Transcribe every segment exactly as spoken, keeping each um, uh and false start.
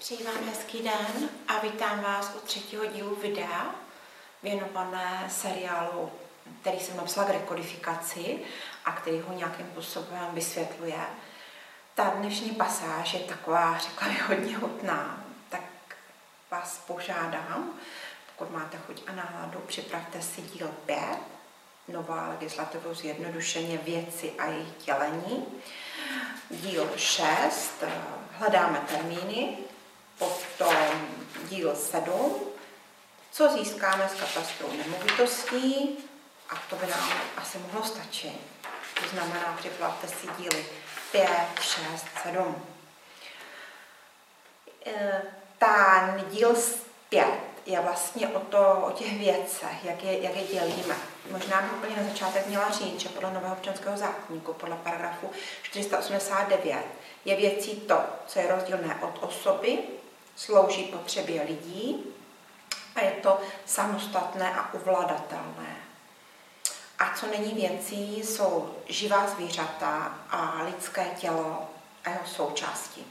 Přeji vám hezký den a vítám vás u třetího dílu videa věnované seriálu, který jsem napsala k rekodifikaci a který ho nějakým způsobem vysvětluje. Ta dnešní pasáž je taková, řekla bych, hodně hutná, tak vás požádám, pokud máte chuť a náladu, připravte si díl pět, nová legislativu zjednodušeně věci a jejich dělení. Díl šest, hledáme termíny, potom díl sedm, co získáme z katastru nemovitostí, a to by nám asi mohlo stačit. To znamená, připravte si díly pět, šest, sedm. Ten díl pět je vlastně o, to, o těch věcech, jak je, jak je dělíme. Možná bych úplně na začátek měla říct, že podle nového občanského zákoníku, podle paragrafu čtyři sta osmdesát devět, je věcí to, co je rozdílné od osoby, slouží potřebě lidí a je to samostatné a ovladatelné. A co není věcí, jsou živá zvířata a lidské tělo a jeho součásti.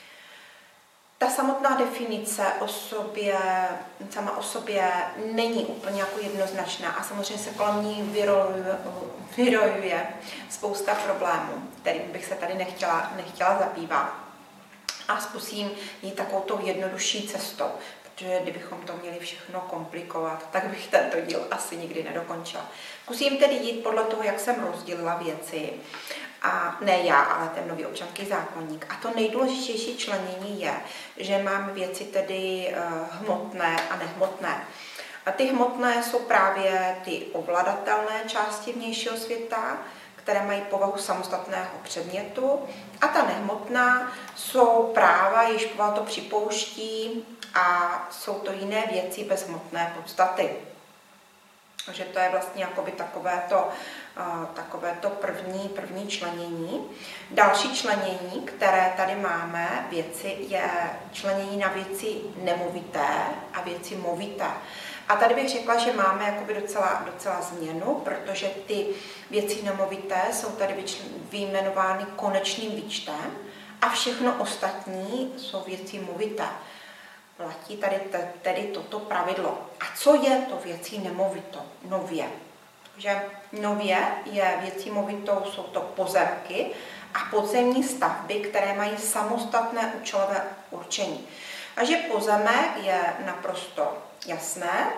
Ta samotná definice o sobě, sama o sobě není úplně jako jednoznačná a samozřejmě se kolem ní vyrojuje, vyrojuje spousta problémů, kterým bych se tady nechtěla, nechtěla zabývat. A zkusím jít takovou tou jednodušší cestou, protože kdybychom to měli všechno komplikovat, tak bych tento díl asi nikdy nedokončila. Zkusím tedy jít podle toho, jak jsem rozdělila věci. A ne já, ale ten nový občanský zákoník. A to nejdůležitější členění je, že máme věci tedy hmotné a nehmotné. A ty hmotné jsou právě ty ovladatelné části vnějšího světa, které mají povahu samostatného předmětu. A ta nehmotná jsou práva, jež povaha to připouští, a jsou to jiné věci bez hmotné podstaty. Takže to je vlastně jakoby takovéto, takovéto první, první členění. Další členění, které tady máme, věci, je členění na věci nemovité a věci movité. A tady bych řekla, že máme jakoby docela, docela změnu, protože ty věci nemovité jsou tady vyjmenovány konečným výčtem a všechno ostatní jsou věci movité. Platí tady tedy toto pravidlo. A co je to věcí nemovito? Nově. Že nově je věcí movitou, jsou to pozemky a podzemní stavby, které mají samostatné účelové určení. A že pozemek je naprosto jasné.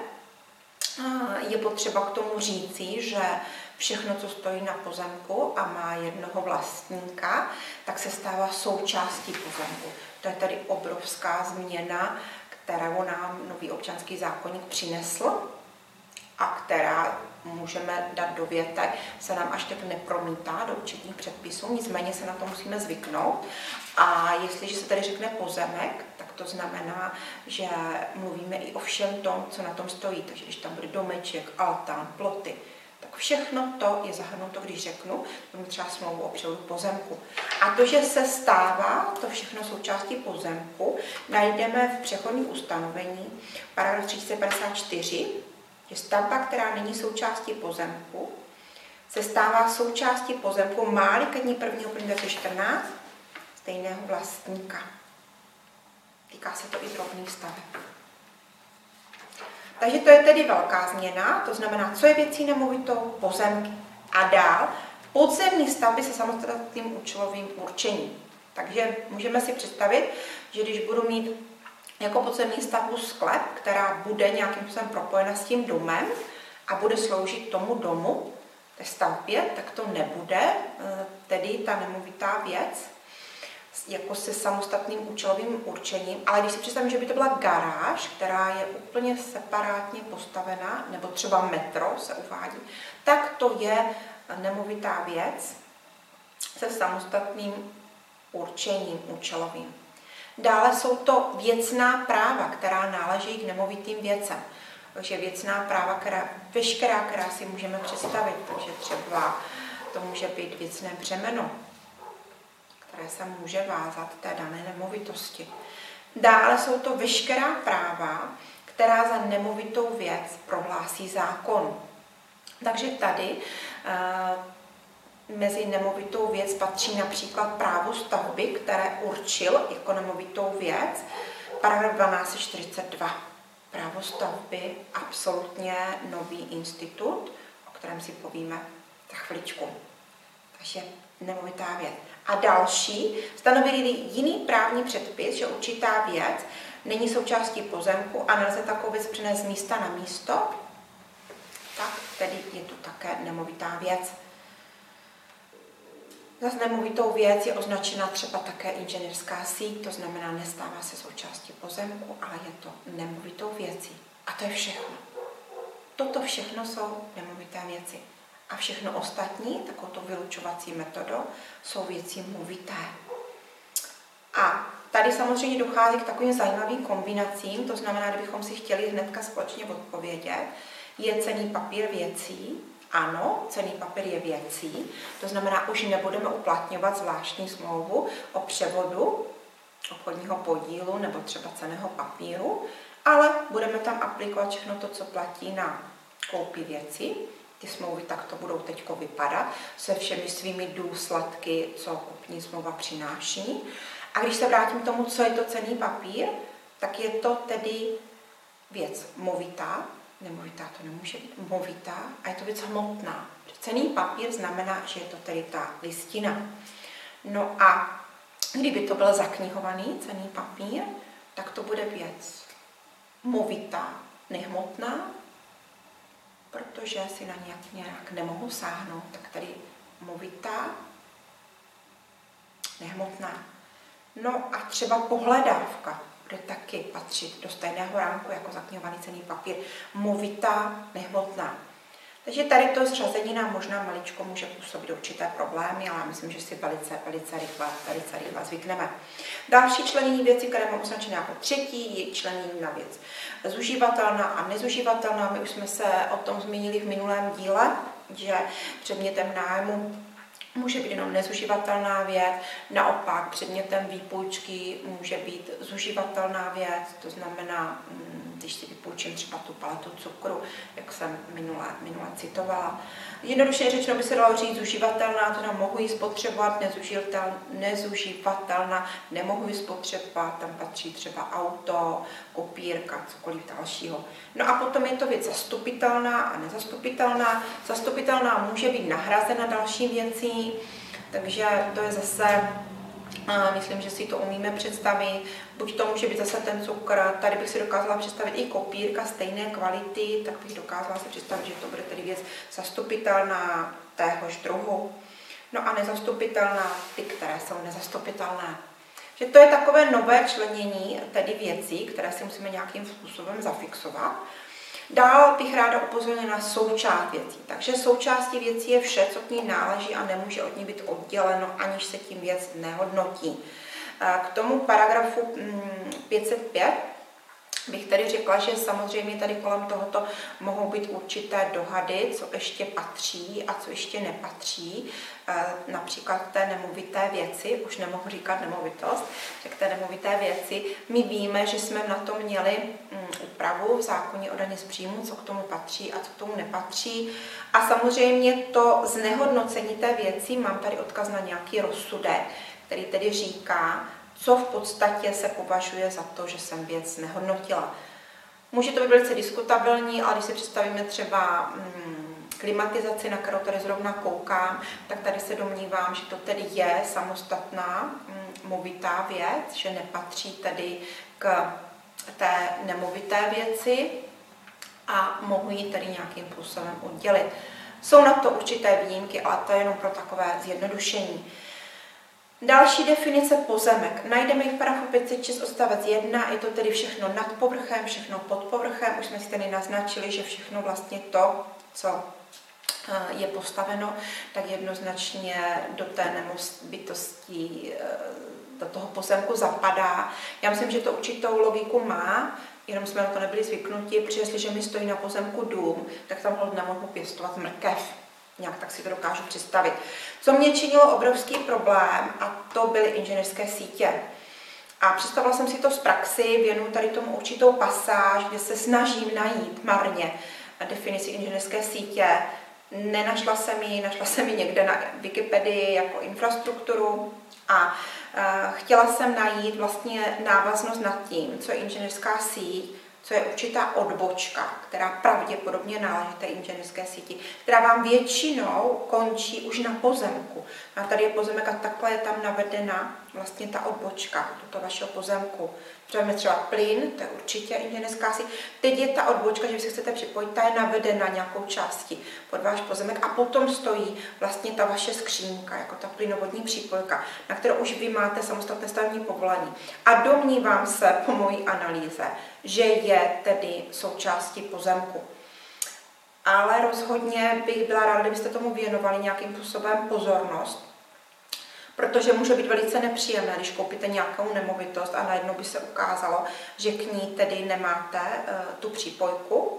Je potřeba k tomu říci, že všechno, co stojí na pozemku a má jednoho vlastníka, tak se stává součástí pozemku. To je tady obrovská změna, kterou nám nový občanský zákoník přinesl a která, můžeme dát do větek, se nám až tak nepromítá do účetních předpisů, nicméně se na to musíme zvyknout. A jestliže se tady řekne pozemek, tak to znamená, že mluvíme i o všem tom, co na tom stojí. Takže když tam bude domeček, altán, ploty, tak všechno to je zahrnuto, když řeknu, budeme třeba smlouvu o převodu pozemku. A to, že se stává to všechno součástí pozemku, najdeme v přechodných ustanovení paragraf tři sta padesát čtyři, že stavba, která není součástí pozemku, se stává součástí pozemku, má-li ke dni prvního prvního dvacet čtrnáct stejného vlastníka. Týká se to i drobných staveb. Takže to je tedy velká změna, to znamená, co je věcí nemovitou, pozemky. A dál podzemní stavby se samostatným účelovým určením. Takže můžeme si představit, že když budu mít jako podzemní stavbu sklep, která bude nějakým způsobem propojena s tím domem a bude sloužit tomu domu, té stavbě, tak to nebude tedy ta nemovitá věc, jako se samostatným účelovým určením, ale když si představím, že by to byla garáž, která je úplně separátně postavená, nebo třeba metro se uvádí, tak to je nemovitá věc se samostatným určením účelovým. Dále jsou to věcná práva, která náleží k nemovitým věcem. Takže věcná práva, která, veškerá, která si můžeme představit, takže třeba to může být věcné břemeno, které se může vázat té dané nemovitosti. Dále jsou to veškerá práva, která za nemovitou věc prohlásí zákon. Takže tady e, mezi nemovitou věc patří například právo stavby, které určil jako nemovitou věc, paragraf dvanáct čtyřicet dva. Právo stavby, absolutně nový institut, o kterém si povíme za chviličku. Takže nemovitá věc. A další, stanovili jiný právní předpis, že určitá věc není součástí pozemku a nelze takovou věc přenést z místa na místo, tak tedy je tu také nemovitá věc. Za nemovitou věc je označena třeba také inženýrská síť, to znamená, nestává se součástí pozemku, ale je to nemovitou věcí. A to je všechno. Toto všechno jsou nemovité věci. A všechno ostatní, takovou vylučovací metodou, jsou věci movité. A tady samozřejmě dochází k takovým zajímavým kombinacím, to znamená, kdybychom si chtěli hnedka společně odpovědět, je cenný papír věcí. Ano, cenný papír je věcí, to znamená, už nebudeme uplatňovat zvláštní smlouvu o převodu obchodního podílu nebo třeba cenného papíru, ale budeme tam aplikovat všechno to, co platí na koupi věci. Ty smlouvy takto budou teď vypadat se všemi svými důsledky, co kupní smlouva přináší. A když se vrátím k tomu, co je to cenný papír, tak je to tedy věc movitá, nemovitá to nemůže být, movitá a je to věc hmotná. Cenný papír znamená, že je to tedy ta listina. No a kdyby to byl zaknihovaný cenný papír, tak to bude věc movitá, nehmotná, protože si na nějak, nějak nemohu sáhnout, tak tady movitá, nehmotná. No a třeba pohledávka bude taky patřit do stejného rámku jako zaknihovaný cenný papír. Movitá, nehmotná. Takže tady to zřazení nám možná maličko může působit určité problémy, ale já myslím, že si velice, velice rychle, velice rychle zvykneme. Další členění věcí, které mám označené jako třetí, je členění na věc zužívatelná a nezužívatelná. My už jsme se o tom zmínili v minulém díle, že předmětem nájmu může být jenom nezužívatelná věc, naopak předmětem výpůjčky může být zužívatelná věc, to znamená, když si vypůjčím třeba tu paletu cukru, jak jsem minule, minule citovala. Jednoduše řečeno by se dalo říct zužívatelná, to nám mohu ji spotřebovat, nezuživatel, nezužívatelná, nemohu ji spotřebovat, tam patří třeba auto, kopírka, cokoliv dalšího. No a potom je to věc zastupitelná a nezastupitelná. Zastupitelná může být nahrazena další věcí, takže to je zase, a myslím, že si to umíme představit. Buď to může být zase ten cukr, tady bych si dokázala představit i kopírka stejné kvality, tak bych dokázala si představit, že to bude tedy věc zastupitelná téhož druhu. No a nezastupitelná, ty, které jsou nezastupitelné. Že to je takové nové členění tedy věcí, které si musíme nějakým způsobem zafixovat. Dál bych ráda upozornila na součást věcí. Takže součástí věcí je vše, co k ní náleží a nemůže od ní být odděleno, aniž se tím věc nehodnotí. K tomu paragrafu pět set pět bych tedy řekla, že samozřejmě tady kolem tohoto mohou být určité dohady, co ještě patří a co ještě nepatří. Například té nemovité věci, už nemohu říkat nemovitost, že k té nemovité věci my víme, že jsme na to měli úpravu v zákoně o dani z příjmu, co k tomu patří a co k tomu nepatří. A samozřejmě to znehodnocení té věci, mám tady odkaz na nějaký rozsudek, který tedy říká, co v podstatě se považuje za to, že jsem věc nehodnotila. Může to být velice diskutabilní, ale když si představíme třeba hmm, klimatizaci, na kterou tady zrovna koukám, tak tady se domnívám, že to tedy je samostatná hmm, movitá věc, že nepatří tedy k té nemovité věci a mohu ji tedy nějakým způsobem oddělit. Jsou na to určité výjimky, ale to je jenom pro takové zjednodušení. Další definice pozemek. Najdeme ji v paragrafu pět set šest odstavec jedna, je to tedy všechno nad povrchem, všechno pod povrchem. Už jsme si tady naznačili, že všechno vlastně to, co je postaveno, tak jednoznačně do té nemovitosti, do toho pozemku zapadá. Já myslím, že to určitou logiku má, jenom jsme na to nebyli zvyknutí, protože jestliže mi stojí na pozemku dům, tak tam hold nemohu pěstovat mrkev. Nějak tak si to dokážu představit. Co mě činilo obrovský problém, a to byly inženýrské sítě. A představila jsem si to z praxi, věnuju tady tomu určitou pasáž, kde se snažím najít marně definici inženýrské sítě. Nenašla jsem ji, našla jsem ji někde na Wikipedii jako infrastrukturu a chtěla jsem najít vlastně návaznost nad tím, co je inženýrská síť, co je určitá odbočka, která pravděpodobně náleží té inženýrské síti, která vám většinou končí už na pozemku. A tady je pozemek a takhle je tam navedena vlastně ta odbočka toto vašeho pozemku. Třeba třeba plyn, to je určitě inženýrská síť. Teď je ta odbočka, že vy se chcete připojit, ta je navedena nějakou částí pod váš pozemek a potom stojí vlastně ta vaše skřínka, jako ta plynovodní přípojka, na kterou už vy máte samostatné stavební povolení. A domnívám se po mojí analýze, že je tedy součástí pozemku. Ale rozhodně bych byla ráda, kdybyste tomu věnovali nějakým způsobem pozornost, protože může být velice nepříjemné, když koupíte nějakou nemovitost a najednou by se ukázalo, že k ní tedy nemáte uh, tu přípojku,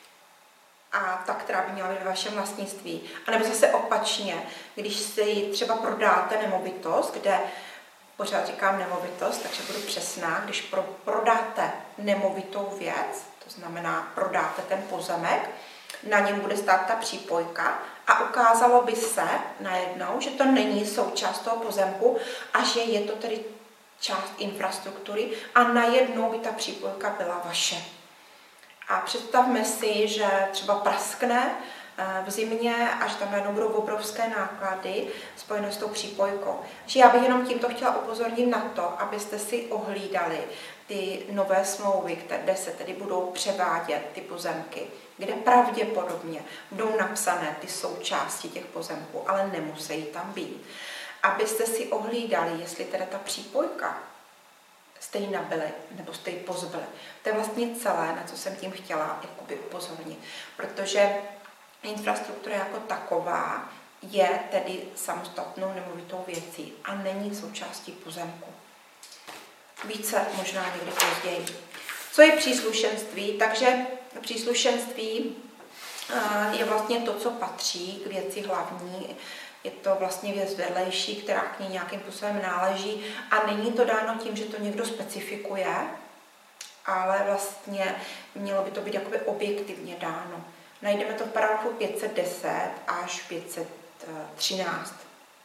a ta, která by měla být ve vašem vlastnictví. A nebo zase opačně, když si třeba prodáte nemovitost, kde, pořád říkám nemovitost, takže budu přesná, když pro, prodáte nemovitou věc, to znamená prodáte ten pozemek, na něm bude stát ta přípojka a ukázalo by se najednou, že to není součást toho pozemku a že je to tedy část infrastruktury a najednou by ta přípojka byla vaše. A představme si, že třeba praskne v zimě a že tam najednou budou obrovské náklady spojené s tou přípojkou. Že já bych jenom tímto chtěla upozornit na to, abyste si ohlídali ty nové smlouvy, kde se tedy budou převádět ty pozemky, kde pravděpodobně budou napsané ty součásti těch pozemků, ale nemusí tam být. Abyste si ohlídali, jestli teda ta přípojka jste ji nabili, nebo jste ji pozbyli. To je vlastně celé, na co jsem tím chtěla jakoby upozornit. Protože infrastruktura jako taková je tedy samostatnou nemovitou věcí a není součástí pozemku. Více možná někdy později. Co je příslušenství? Takže příslušenství je vlastně to, co patří k věci hlavní. Je to vlastně věc vedlejší, která k ní nějakým způsobem náleží a není to dáno tím, že to někdo specifikuje, ale vlastně mělo by to být jakoby objektivně dáno. Najdeme to v paragrafu pět set deset až pět set třináct.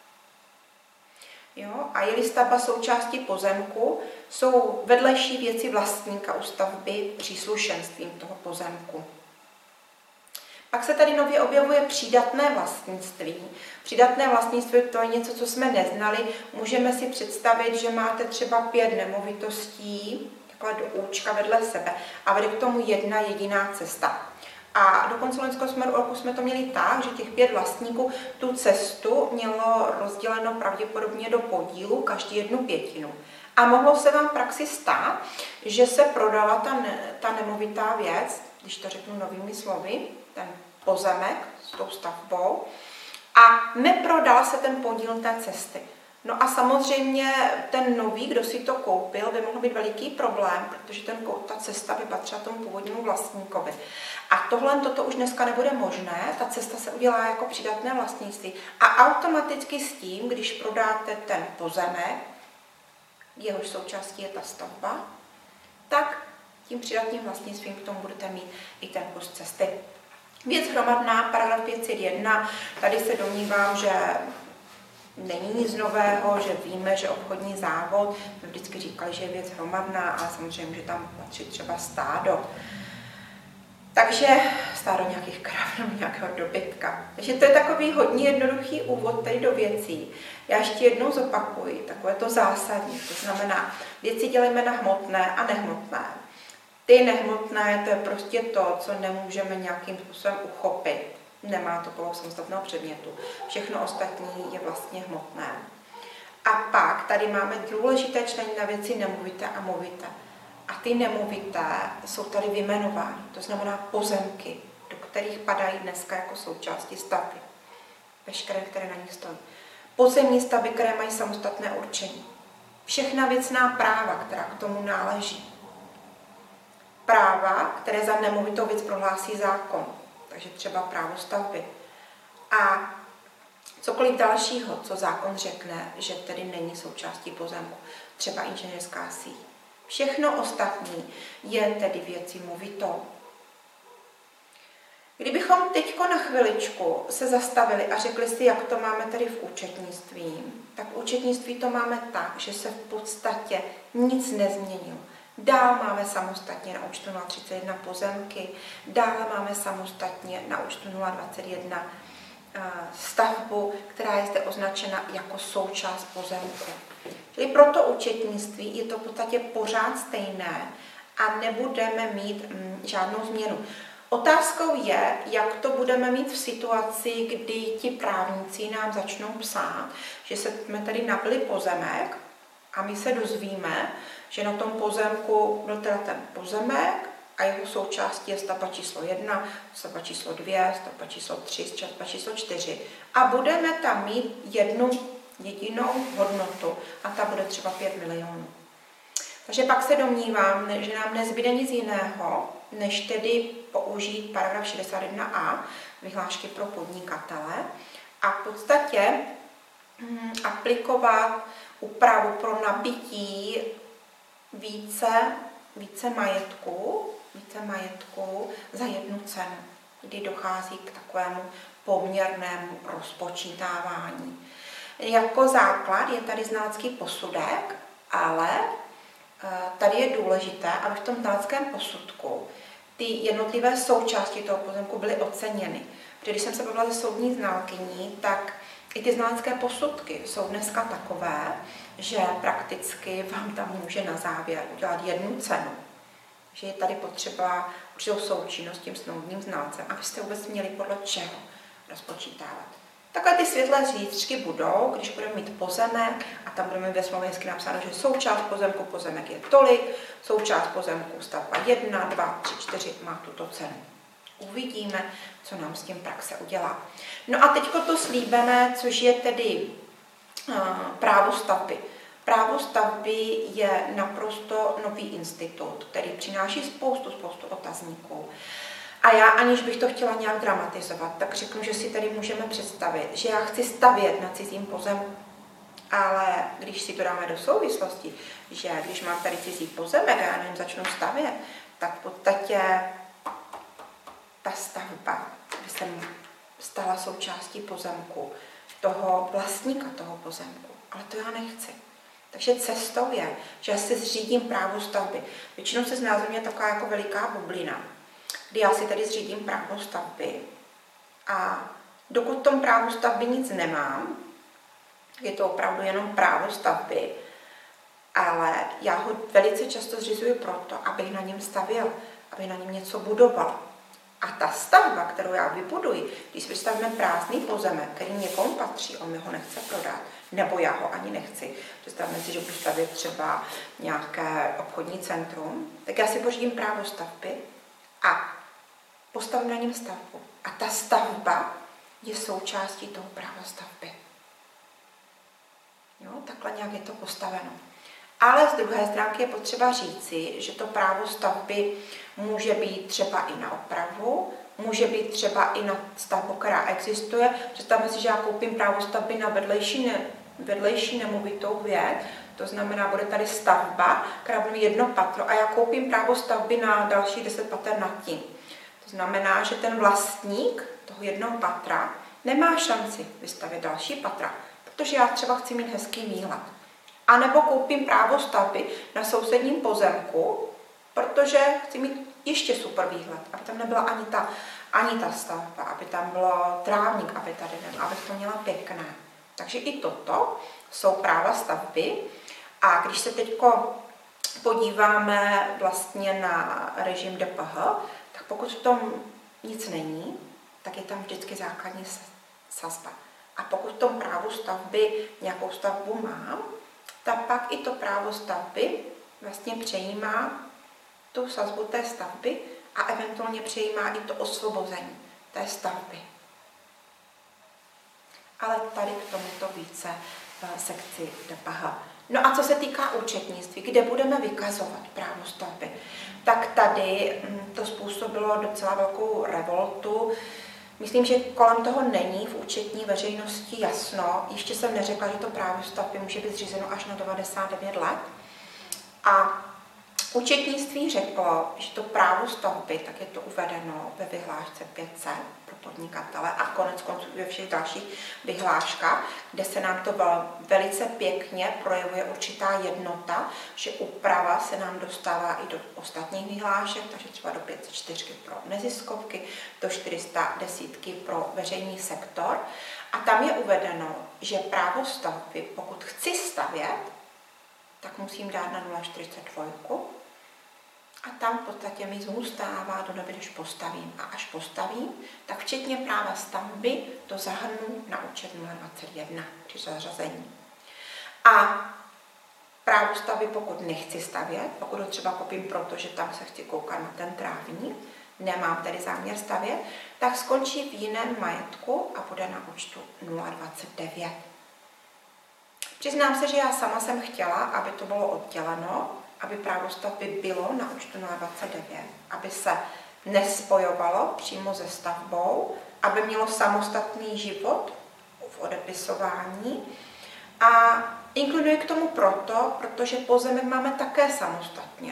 Jo? A je-li stavba součástí pozemku, jsou vedlejší věci vlastníka u stavby příslušenstvím toho pozemku. Pak se tady nově objevuje přídatné vlastnictví. Přídatné vlastnictví to je něco, co jsme neznali. Můžeme si představit, že máte třeba pět nemovitostí, takhle do účka vedle sebe a vede k tomu jedna jediná cesta. A do konce loňského roku jsme to měli tak, že těch pět vlastníků tu cestu mělo rozděleno pravděpodobně do podílu, každý jednu pětinu. A mohlo se vám v praxi stát, že se prodala ta, ne, ta nemovitá věc, když to řeknu novými slovy, ten pozemek s tou stavbou, a neprodal se ten podíl té cesty. No a samozřejmě ten nový, kdo si to koupil, by mohl být veliký problém, protože ten, ta cesta by patřila tomu původnímu vlastníkovi. A tohle toto už dneska nebude možné, ta cesta se udělá jako přídatné vlastnictví. A automaticky s tím, když prodáte ten pozemek, jehož součástí je ta stavba, tak tím přídatným vlastnictvím k tomu budete mít i ten kus cesty. Věc hromadná, paragraf pět set jedna, tady se domnívám, že není nic nového, že víme, že obchodní závod, my vždycky říkali, že je věc hromadná, ale samozřejmě může tam patřit třeba stádo. Takže stádo nějakých krav nebo nějakého dobytka. Takže to je takový hodně jednoduchý úvod tady do věcí. Já ještě jednou zopakuji, takové to zásadní, to znamená, věci dělíme na hmotné a nehmotné. Ty nehmotné, to je prostě to, co nemůžeme nějakým způsobem uchopit. Nemá to polohu samostatného předmětu. Všechno ostatní je vlastně hmotné. A pak tady máme důležité členy na věci nemovité a movité. A ty nemovité jsou tady vyjmenovány, to znamená pozemky, do kterých padají dneska jako součástí stavby. Veškeré, které na nich stojí. Pozemní stavby, které mají samostatné určení. Všechna věcná práva, která k tomu náleží. Práva, které za nemovitou věc prohlásí zákon. Takže třeba právo stavby. A cokoliv dalšího, co zákon řekne, že tedy není součástí pozemku. Třeba inženýrská síť. Všechno ostatní je tedy věcí movitou. Kdybychom teď na chviličku se zastavili a řekli si, jak to máme tady v účetnictví, tak v účetnictví to máme tak, že se v podstatě nic nezměnilo. Dál máme samostatně na účtu nula třicet jedna pozemky, dále máme samostatně na účtu nula dvacet jedna stavbu, která je zde označena jako součást pozemku. Čili pro to účetnictví je to v podstatě pořád stejné a nebudeme mít mm, žádnou změnu. Otázkou je, jak to budeme mít v situaci, kdy ti právníci nám začnou psát, že jsme tady nabili pozemek a my se dozvíme, že na tom pozemku byl teda ten pozemek a jeho součástí je stavba číslo jedna, stavba číslo dvě, stavba číslo tři, stavba číslo čtyři. A budeme tam mít jednu jedinou hodnotu a ta bude třeba pět milionů. Takže pak se domnívám, že nám nezbyde nic jiného, než tedy použít paragraf šedesát jedna a vyhlášky pro podnikatele a v podstatě hm, aplikovat úpravu pro nabití více, více majetku, více majetku za jednu cenu, kdy dochází k takovému poměrnému rozpočítávání. Jako základ je tady znalecký posudek, ale tady je důležité, aby v tom znaleckém posudku ty jednotlivé součásti toho pozemku byly oceněny. Protože když jsem se bavila se soudní znalkyní, tak i ty znalecké posudky jsou dneska takové, že prakticky vám tam může na závěr udělat jednu cenu. Že je tady potřeba určitou součinnost s tím soudním znalcem, abyste vůbec měli podle čeho rozpočítávat. Takhle ty světlé zítřky budou, když budeme mít pozemek a tam budeme mít ve smlouvě hezky napsáno, že součást pozemku pozemek je tolik, součást pozemku stavba jedna, dva, tři, čtyři má tuto cenu. Uvidíme, co nám s tím praxe udělá. No a teďko to slíbené, což je tedy uh, právo stavby. Právo stavby je naprosto nový institut, který přináší spoustu, spoustu otazníků. A já, aniž bych to chtěla nějak dramatizovat, tak řeknu, že si tady můžeme představit, že já chci stavět na cizím pozemku. Ale když si to dáme do souvislosti, že když mám tady cizí pozemek a já na něm začnu stavět, tak v podstatě ta stavba by se stala součástí pozemku, toho vlastníka toho pozemku. Ale to já nechci. Takže cestou je, že já si zřídím právo stavby. Většinou se znázorňuje taková jako veliká bublina, kdy já si tady zřídím právo stavby a dokud v tom právu stavby nic nemám, je to opravdu jenom právo stavby, ale já ho velice často zřizuji proto, abych na něm stavěl, abych na něm něco budoval. A ta stavba, kterou já vybuduji, když si představíme prázdný pozemek, který někomu patří, on mi ho nechce prodat, nebo já ho ani nechci. Představíme si, že budu stavět třeba nějaké obchodní centrum, tak já si pořídím právo stavby a postavím na něm stavbu. A ta stavba je součástí toho práva stavby. Jo, takhle nějak je to postaveno. Ale z druhé stránky je potřeba říci, že to právo stavby může být třeba i na opravu, může být třeba i na stavbu, která existuje. Představme si, že já koupím právo stavby na vedlejší, ne, vedlejší nemovitou věc, to znamená, bude tady stavba, která bude mít jedno patro a já koupím právo stavby na další deset pater nad tím. To znamená, že ten vlastník toho jednoho patra nemá šanci vystavět další patra, protože já třeba chci mít hezký výhled. A nebo koupím právo stavby na sousedním pozemku, protože chci mít ještě super výhled, aby tam nebyla ani ta, ani ta stavba, aby tam bylo trávník, aby tady nebylo, aby to měla pěkné. Takže i toto jsou práva stavby. A když se teď podíváme vlastně na režim D P H, tak pokud v tom nic není, tak je tam vždycky základní sazba. A pokud v tom právu stavby nějakou stavbu mám, tak pak i to právo stavby vlastně přejímá tu sazbu té stavby a eventuálně přejímá i to osvobození té stavby. Ale tady k tomuto více v sekci D P H. No a co se týká účetnictví, kde budeme vykazovat právo stavby, tak tady to způsobilo docela velkou revoltu. Myslím, že kolem toho není v účetní veřejnosti jasno. Ještě jsem neřekla, že to právo stavby může být zřízeno až na devadesát devět let. A Účetnictví řeklo, že to právo stavby, tak je to uvedeno ve vyhlášce pět set pro podnikatele a konec konců ve všech dalších vyhláškách, kde se nám to velice pěkně projevuje určitá jednota, že úprava se nám dostává i do ostatních vyhlášek, takže třeba do pět set čtyři pro neziskovky, do čtyři sta deset pro veřejný sektor. A tam je uvedeno, že právo stavby, pokud chci stavět, tak musím dát na nula čtyřicet dva a tam v podstatě mi zůstává do doby, když postavím. A až postavím, tak včetně práva stavby to zahrnu na účet nula dvacet jedna při zařazení. A právo stavby, pokud nechci stavět, pokud ho třeba kopím proto, že tam se chci koukat na ten trávník, nemám tedy záměr stavět, tak skončí v jiném majetku a bude na účtu nula dvacet devět. Přiznám se, že já sama jsem chtěla, aby to bylo odděleno, aby právo stavby bylo na účtu nula dvacet devět, aby se nespojovalo přímo se stavbou, aby mělo samostatný život v odepisování. A inklinuji k tomu proto, protože pozemek máme také samostatně.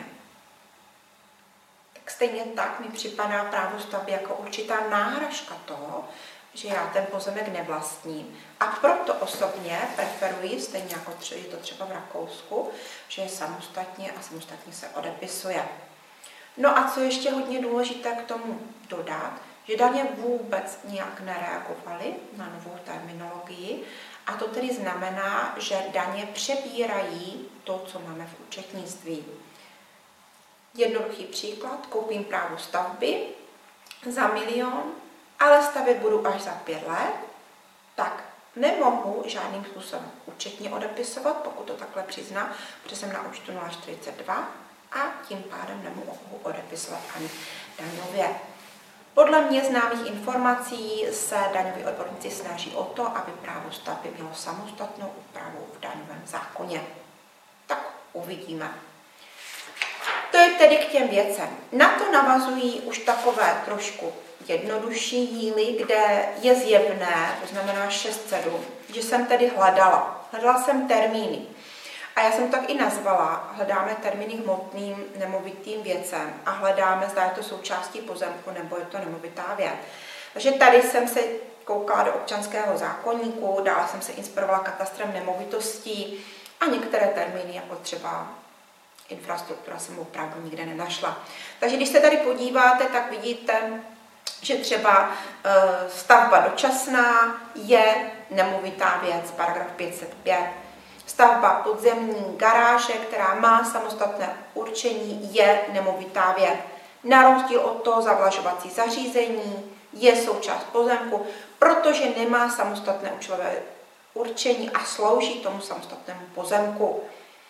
Tak stejně tak mi připadá právo stavby jako určitá náhražka toho, že já ten pozemek nevlastním. A proto osobně preferuji, stejně jako je to třeba v Rakousku, že je samostatně a samostatně se odepisuje. No a co ještě hodně důležité k tomu dodat, že daně vůbec nijak nereagovaly na novou terminologii a to tedy znamená, že daně přebírají to, co máme v účetnictví. Jednoduchý příklad, koupím právo stavby za milion, ale stavět budu až za pět let, tak nemohu žádným způsobem účetně odepisovat, pokud to takhle přiznám, protože jsem na účtu nula čtyřicet dva a tím pádem nemohu odepisovat ani daňově. Podle mě známých informací se daňoví odborníci snaží o to, aby právo stavby mělo samostatnou úpravu v daňovém zákoně. Tak uvidíme. To je tedy k těm věcem. Na to navazují už takové trošku jednodušší díly, kde je zjevné, to znamená šest sedm, že jsem tedy hledala. Hledala jsem termíny. A já jsem tak i nazvala, hledáme termíny hmotným nemovitým věcem a hledáme, zda je to součástí pozemku nebo je to nemovitá věc. Takže tady jsem se koukala do občanského zákoníku, dále jsem se inspirovala katastrem nemovitostí a některé termíny, jako třeba infrastruktura, jsem opravdu nikde nenašla. Takže když se tady podíváte, tak vidíte, že třeba e, stavba dočasná je nemovitá věc, paragraf pět set pět. Stavba podzemní garáže, která má samostatné určení, je nemovitá věc. Na rozdíl od toho zavlažovací zařízení je součást pozemku, protože nemá samostatné účelové určení a slouží tomu samostatnému pozemku.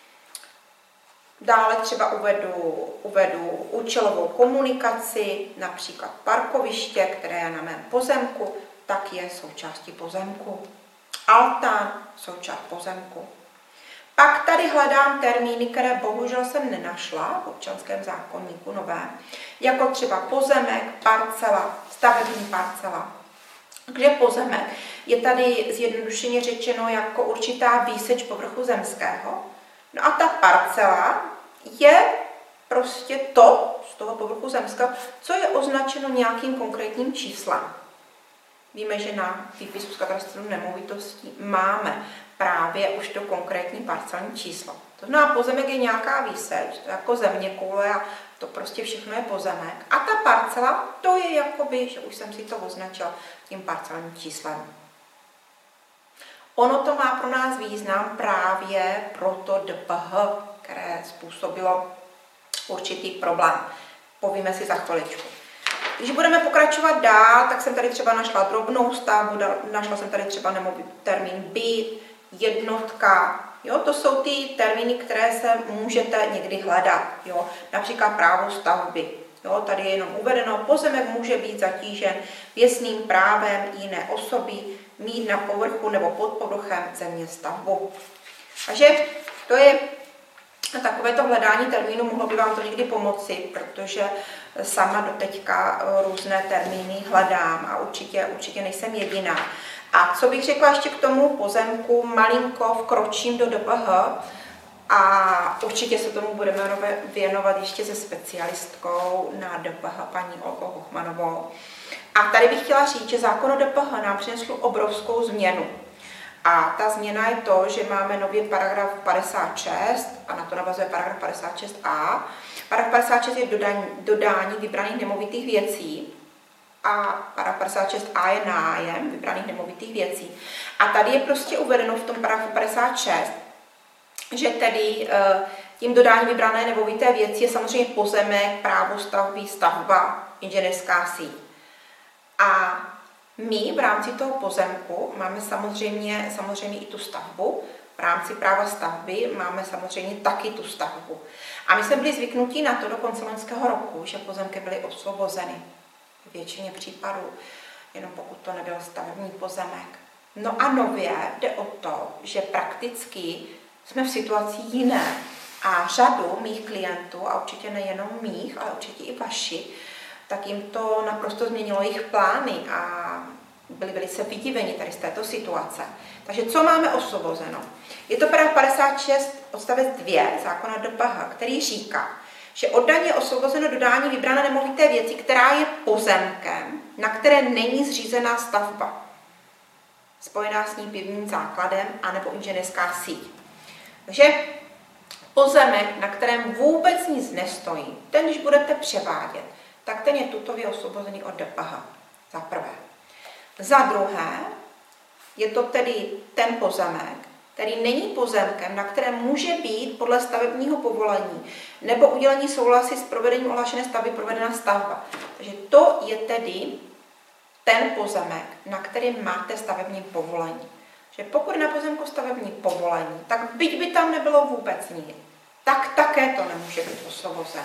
Dále třeba uvedu, uvedu účelovou komunikaci, například parkoviště, které je na mém pozemku, tak je součástí pozemku. Altán, součást pozemku. Pak tady hledám termíny, které bohužel jsem nenašla v občanském zákoníku nové, jako třeba pozemek, parcela, stavební parcela. Kde pozemek je tady zjednodušeně řečeno jako určitá výseč povrchu zemského. No a ta parcela je prostě to z toho povrchu zemského, co je označeno nějakým konkrétním číslem. Víme, že na výpisu z katastru nemovitostí máme právě už to konkrétní parcelní číslo. To znamená, pozemek je nějaká výseč, to je jako zeměkoule a to prostě všechno je pozemek. A ta parcela, to je jakoby, že už jsem si to označila tím parcelním číslem. Ono to má pro nás význam právě pro to D P H, které způsobilo určitý problém. Povíme si za chviličku. Když budeme pokračovat dál, tak jsem tady třeba našla drobnou stavbu, našla jsem tady třeba nemovitý termín byt, jednotka. Jo, to jsou ty termíny, které se můžete někdy hledat. Jo, například právo stavby. Jo, tady je jenom uvedeno, pozemek může být zatížen věcným právem jiné osoby, mít na povrchu nebo pod povrchem země stavbu. Takže to je takovéto hledání termínu, mohlo by vám to někdy pomoci, protože sama doteďka různé termíny hledám a určitě, určitě nejsem jediná. A co bych řekla ještě k tomu pozemku, malinko vkročím do D P H. A určitě se tomu budeme věnovat ještě se specialistkou na D P H, paní Olgou Hochmanovou. A tady bych chtěla říct, že zákon o D P H nám přinesl obrovskou změnu. A ta změna je to, že máme nově paragraf padesát šest a na to navazuje paragraf padesát šest a. Paragraf padesát šest je dodání, dodání vybraných nemovitých věcí a paragraf padesát šest a je nájem vybraných nemovitých věcí. A tady je prostě uvedeno v tom paragrafu padesát šest, že tedy tím dodání vybrané nemovité věci je samozřejmě pozemek, právo stavby, stavba, inženýrská síť. A my v rámci toho pozemku máme samozřejmě, samozřejmě i tu stavbu. V rámci práva stavby máme samozřejmě taky tu stavbu. A my jsme byli zvyknutí na to do konce loňského roku, že pozemky byly osvobozeny. V většině případů, jenom pokud to nebyl stavební pozemek. No a nově jde o to, že prakticky jsme v situaci jiné. A řadu mých klientů, a určitě nejenom mých, ale určitě i vaši, tak jim to naprosto změnilo jejich plány a byli velice vydiveni tady z této situace. Takže co máme osvobozeno? Je to paragraf padesát šest odstavec dva zákona D P H, který říká, že od daně je osvobozeno dodání vybrané nemovité věci, která je pozemkem, na které není zřízená stavba, spojená s ní pevným základem anebo inženýrská síť. Takže pozemek, na kterém vůbec nic nestojí, ten, když budete převádět, tak ten je tutově osvobozený od D P H. Za prvé. Za druhé, je to tedy ten pozemek, který není pozemkem, na kterém může být podle stavebního povolení nebo udělení souhlasy s provedením ohlášené stavby provedena stavba. Takže to je tedy ten pozemek, na kterém máte stavební povolení. Že pokud je na pozemku stavební povolení, tak byť by tam nebylo vůbec nic, tak také to nemůže být osvobozeno.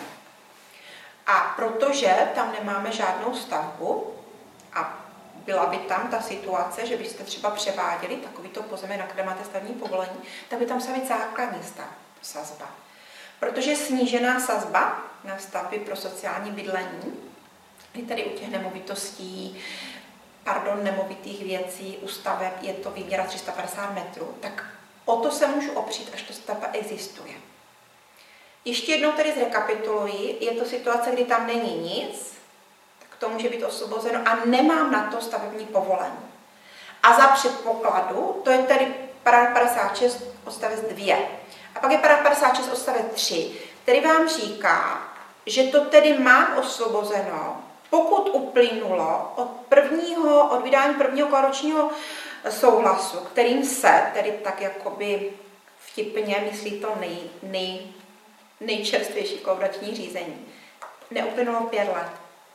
A protože tam nemáme žádnou stavbu a byla by tam ta situace, že byste třeba převáděli takovýto pozemek, na které máte stavební povolení, tak by tam musela být základní stav, sazba. Protože snížená sazba na stavby pro sociální bydlení, je tady u těch nemovitostí, pardon, nemovitých věcí, u staveb je to výměra tři sta padesát metrů, tak o to se můžu opřít, až to stavba existuje. Ještě jednou tedy zrekapituluji, je to situace, kdy tam není nic, tak to může být osvobozeno a nemám na to stavební povolení. A za předpokladu, to je tedy paragraf padesát šest odstavec dva. A pak je paragraf padesát šest odstavec tři, který vám říká, že to tedy mám osvobozeno, pokud uplynulo od prvního, od vydání prvního klaročního souhlasu, kterým se, tedy tak jakoby vtipně myslí to nej, nej, nejčerstvější kolaudační řízení, neuplynulo pět let.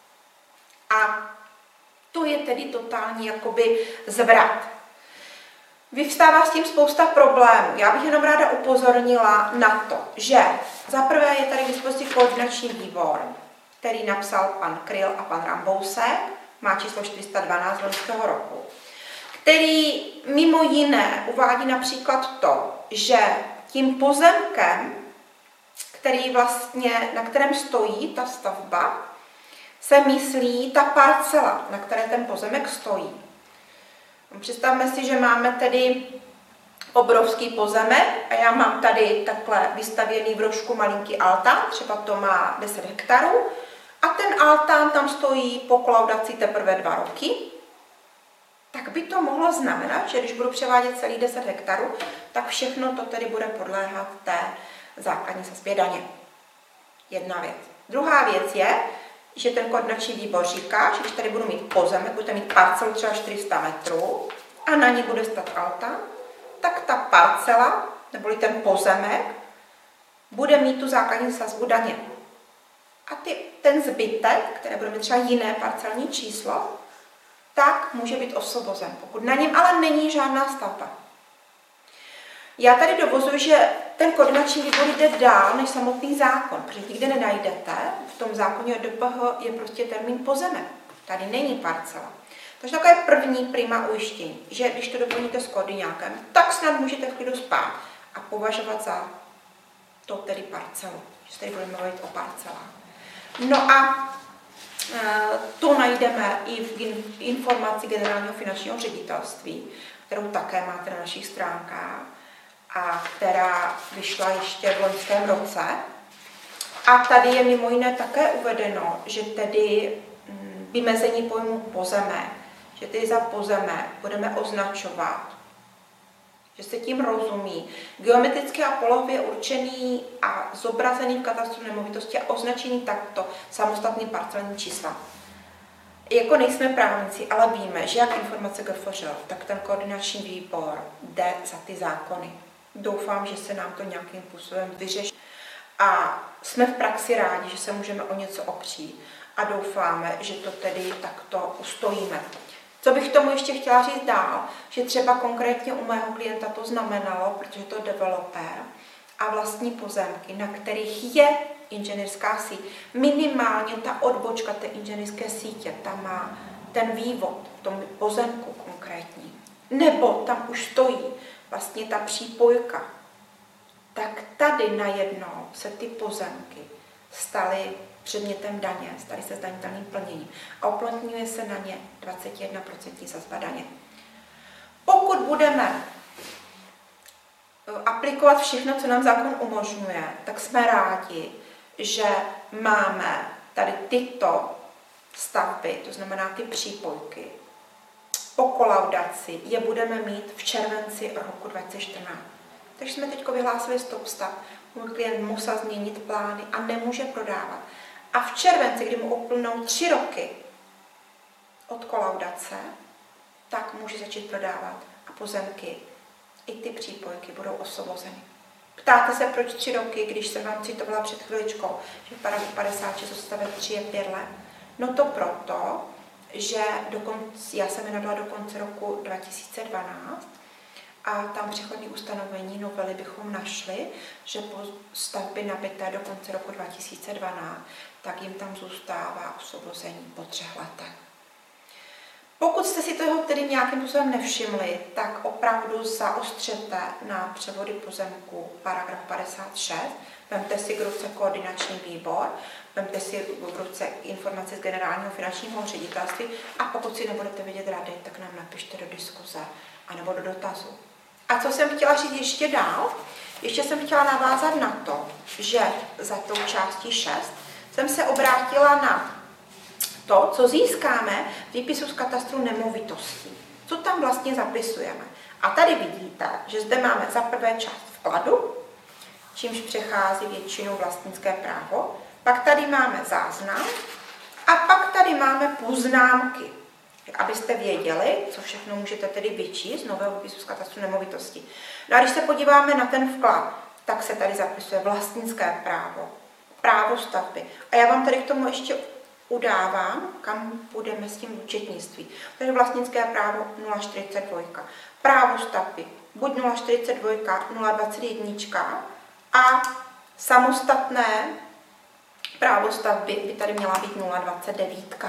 A to je tedy totální jakoby zvrat. Vyvstává s tím spousta problémů. Já bych jenom ráda upozornila na to, že za prvé je tady k dispozici koordinační výbor, který napsal pan Kryl a pan Rambousek, má číslo čtyři sta dvanáct loňského roku, který mimo jiné uvádí například to, že tím pozemkem, který vlastně, na kterém stojí ta stavba, se myslí ta parcela, na které ten pozemek stojí. Představme si, že máme tedy obrovský pozemek a já mám tady takhle vystavěný v rožku malinký altán, třeba to má deset hektarů, a ten altán tam stojí po kolaudaci teprve dva roky, tak by to mohlo znamenat, že když budu převádět celý deset hektarů, tak všechno to tedy bude podléhat té základní sazbě daně. Jedna věc. Druhá věc je, že ten koordinační výbor říká, že když tady budu mít pozemek, budete mít parcelu třeba čtyři sta metrů a na ní bude stát altán, tak ta parcela, neboli ten pozemek, bude mít tu základní sazbu daně. A ty, ten zbytek, který bude mít třeba jiné parcelní číslo, tak může být osvobozen, pokud na něm ale není žádná stavba. Já tady dovozuji, že ten koordinační výbor jde dál než samotný zákon, protože nikde nenajdete, v tom zákoně o D P H je prostě termín pozemek. Tady není parcela. Takže takové první prima ujištění, že když to doplníte s koordinákem, tak snad můžete v klidu spát a považovat za to tedy parcelu, že tady budeme mluvit o parcelách. No a e, to najdeme i v informaci Generálního finančního ředitelství, kterou také máte na našich stránkách. a která vyšla ještě v loňském roce. A tady je mimo jiné také uvedeno, že tedy vymezení pojmu pozemek, že tedy za pozemek budeme označovat, že se tím rozumí, geometricky a polově určený a zobrazený v katastru nemovitosti a označený takto samostatný parcelní čísla. Jako nejsme právníci, ale víme, že jak informace G F Ř, tak ten koordinační výbor jde za ty zákony. Doufám, že se nám to nějakým způsobem vyřeší. A jsme v praxi rádi, že se můžeme o něco opřít a doufáme, že to tedy takto ustojíme. Co bych tomu ještě chtěla říct dál, že třeba konkrétně u mého klienta to znamenalo, protože to je developer a vlastní pozemky, na kterých je inženýrská síť. Minimálně ta odbočka té inženýrské sítě, tam má ten vývod v tom pozemku konkrétní. Nebo tam už stojí vlastně ta přípojka. Tak tady najednou se ty pozemky staly předmětem daně, staly se zdanitelným plněním a uplatňuje se na ně dvacet jedna procent sazba daně. Pokud budeme aplikovat všechno, co nám zákon umožňuje, tak jsme rádi, že máme tady tyto stavby, to znamená ty přípojky. Po kolaudaci je budeme mít v červenci roku dva tisíce čtrnáct. Takže jsme teď vyhlásili stop stav. Můj klient musel změnit plány a nemůže prodávat. A v červenci, kdy mu uplynou tři roky od kolaudace, tak může začít prodávat a pozemky i ty přípojky budou osvobozeny. Ptáte se, proč tři roky, když jsem vám citovala před chviličkou, že paragraf padesát šest odstavec tři je pět let? No to proto, že dokonce, já jsem je nadala do konce roku dva tisíce dvanáct a tam přechodní ustanovení novely bychom našli, že po stavby nabité do konce roku dva tisíce dvanáct, tak jim tam zůstává osvobození po třech letech. Pokud jste si toho tedy nějakým způsobem nevšimli, tak opravdu zaostřete na převody pozemku paragraf padesát šest, vemte si k ruce koordinační výbor, vemte si v ruce informace z generálního finančního ředitelství a pokud si nebudete vědět rady, tak nám napište do diskuze anebo do dotazu. A co jsem chtěla říct ještě dál? Ještě jsem chtěla navázat na to, že za tou částí šest jsem se obrátila na to, co získáme v výpisu z katastru nemovitostí. Co tam vlastně zapisujeme. A tady vidíte, že zde máme za prvé část vkladu, čímž přechází většinou vlastnické právo, pak tady máme záznam a pak tady máme poznámky, abyste věděli, co všechno můžete tedy vyčíst z nového výpisu z katastru nemovitostí. No a když se podíváme na ten vklad, tak se tady zapisuje vlastnické právo, právo stavby. A já vám tady k tomu ještě udávám, kam půjdeme s tím účetnictví. Takže vlastnické právo nula čtyřicet dva, právo stavby buď nula čtyřicet dva, nula dvacet jedna a samostatné právo stavby by tady měla být nula dvacet devět.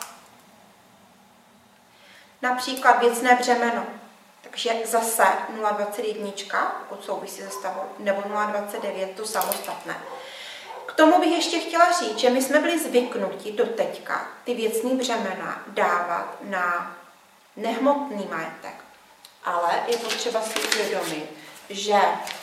Například věcné břemeno, takže zase nula dvacet jedna, pokud souvisí se stavbou, nebo nula dvacet devět, to samostatné. K tomu bych ještě chtěla říct, že my jsme byli zvyknuti do teďka ty věcný břemena dávat na nehmotný majetek. Ale je potřeba si uvědomit, že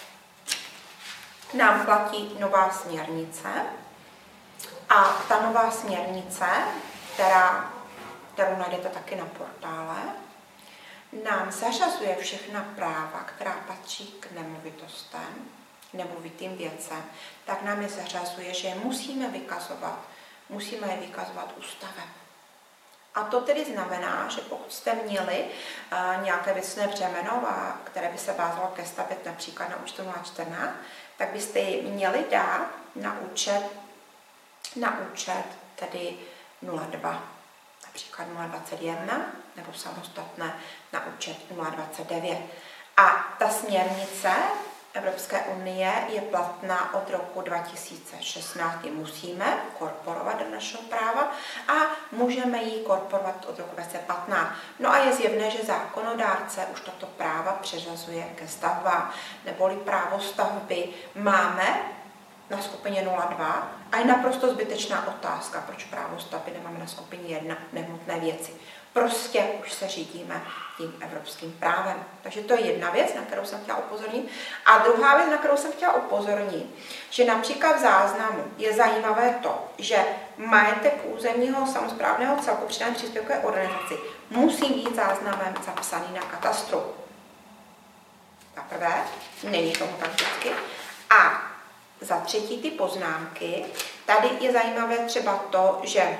nám platí nová směrnice a ta nová směrnice, která, kterou najdete taky na portále, nám zařazuje všechna práva, která patří k nemovitostem, nemovitým věcem, tak nám je zařazuje, že je musíme vykazovat, musíme je vykazovat ústavem. A to tedy znamená, že pokud jste měli uh, nějaké věcné břemeno, a, které by se vázalo ke stavbě například na účtu nula čtrnáct, tak byste ji měli dát na účet, na účet tedy nula dva, například nula dvacet jedna, nebo samostatné na účet nula dvacet devět. A ta směrnice Evropské unie je platná od roku dva tisíce šestnáct, ji musíme korporovat do našeho práva a můžeme ji korporovat od roku dva tisíce patnáct. No a je zjevné, že zákonodárce už tato práva přeřazuje ke stavbám, neboli právo stavby máme na skupině nula dva a je naprosto zbytečná otázka, proč právo stavby nemáme na skupině jedna, nehmotné věci. Prostě už se řídíme tím evropským právem. Takže to je jedna věc, na kterou jsem chtěla upozornit. A druhá věc, na kterou jsem chtěla upozornit, že například v záznamu je zajímavé to, že majetek územního samosprávného celku při daném příspěvkové organizaci musí být záznamem zapsaný na katastru. Za prvé, není tomu tak vždycky. A za třetí ty poznámky. Tady je zajímavé třeba to, že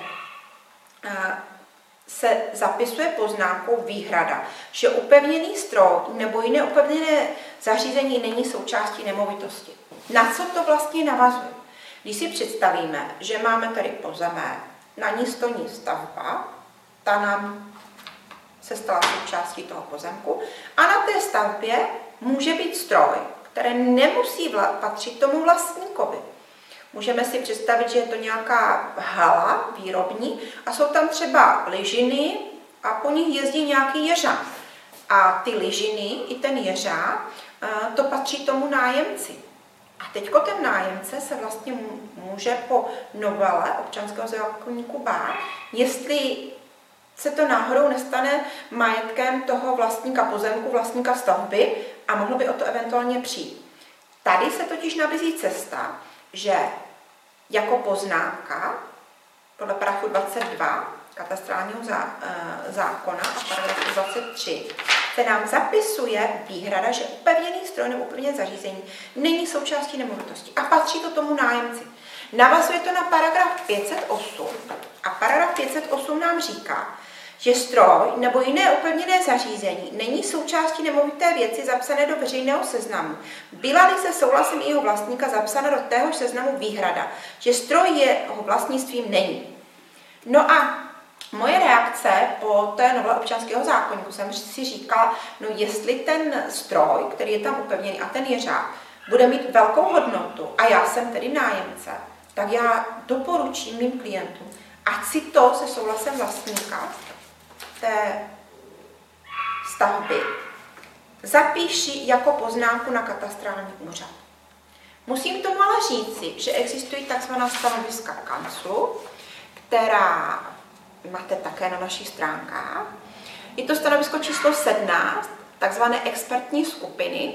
se zapisuje poznámkou výhrada, že upevněný stroj nebo jiné upevněné zařízení není součástí nemovitosti. Na co to vlastně navazuje? Když si představíme, že máme tady pozemek, na ní stojí stavba, ta nám se stala součástí toho pozemku a na té stavbě může být stroj, který nemusí patřit tomu vlastníkovi. Můžeme si představit, že je to nějaká hala výrobní a jsou tam třeba lyžiny a po nich jezdí nějaký jeřáb. A ty lyžiny i ten jeřáb, to patří tomu nájemci. A teďko ten nájemce se vlastně může po novele občanského zákoníku bát, jestli se to náhodou nestane majetkem toho vlastníka pozemku, vlastníka stavby a mohlo by o to eventuálně přijít. Tady se totiž nabízí cesta, že jako poznámka podle paragrafu dvacet dva katastrálního zákona a paragrafu dvacet tři se nám zapisuje výhrada, že upevněný stroj nebo upevněné zařízení není součástí nemovitosti a patří to tomu nájemci. Navazuje to na paragraf pět set osm a paragraf pět set osm nám říká, že stroj nebo jiné upevněné zařízení není součástí nemovité věci zapsané do veřejného seznamu. Byla-li se souhlasem jeho vlastníka zapsána do téhož seznamu výhrada, že stroj jeho vlastnictvím není. No a moje reakce po té novele občanského zákoníku jsem si říkala, no jestli ten stroj, který je tam upevněný a ten jeřáb, bude mít velkou hodnotu a já jsem tedy nájemce, tak já doporučím mým klientům, ať si to se souhlasem vlastníka té stavby zapíši jako poznámku na katastrální úřad. Musím tomu ale říci, že existují tzv. Stanoviska kanclu, která máte také na našich stránkách. Je to stanovisko číslo sedmnáct, takzvané expertní skupiny,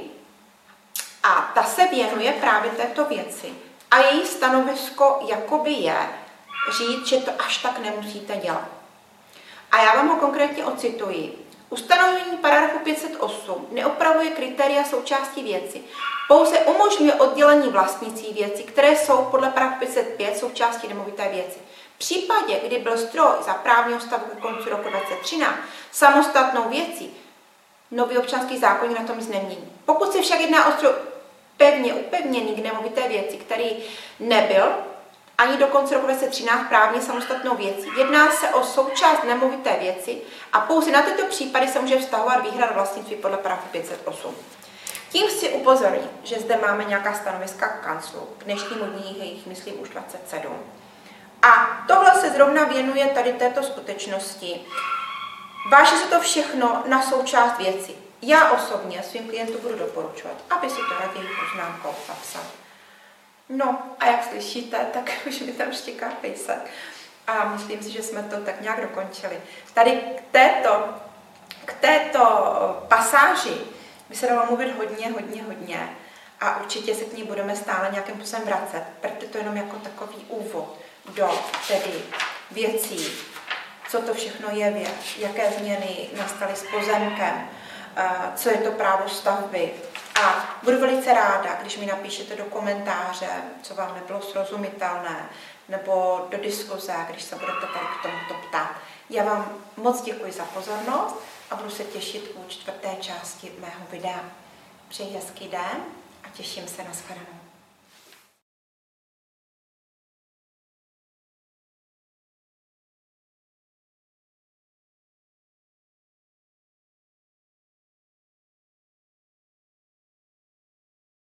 a ta se věnuje právě této věci. A její stanovisko jakoby je říct, že to až tak nemusíte dělat. A já vám ho konkrétně ocituji. Ustanovení paragrafu pět set osm neupravuje kritéria součástí věci, pouze umožňuje oddělení vlastnicí věci, které jsou podle paragrafu pět set pět součástí nemovité věci. V případě, kdy byl stroj za právního stavu ke konci roku dva tisíce třináct samostatnou věcí, nový občanský zákoník na tom nic nemění. Pokud se však jedná o stroj pevně upevněný k nemovité věci, který nebyl ani do konce roku dva tisíce třináct právně samostatnou věcí, jedná se o součást nemovité věci a pouze na tyto případy se může vztahovat výhrada vlastnictví podle paragrafu pět set osm. Tím chci upozornit, že zde máme nějaká stanoviska kanclu, k dnešnímu dní je jich, myslím, už dvacet sedm. A tohle se zrovna věnuje tady této skutečnosti. Váže se to všechno na součást věci. Já osobně svým klientům budu doporučovat, aby si to raději poznámkou zapsal. No a jak slyšíte, tak už mi tam štěká pejsek. A myslím si, že jsme to tak nějak dokončili. Tady k této, k této pasáži by se dalo mluvit hodně, hodně, hodně. A určitě se k ní budeme stále nějakým způsobem vracet. Protože to jenom jako takový úvod do tedy věcí, co to všechno je věc, jaké změny nastaly s pozemkem, co je to právo stavby. A budu velice ráda, když mi napíšete do komentáře, co vám nebylo srozumitelné, nebo do diskuze, když se budete tady k tomuto ptát. Já vám moc děkuji za pozornost a budu se těšit u čtvrté části mého videa. Přeji hezký den a těším se na shledanou.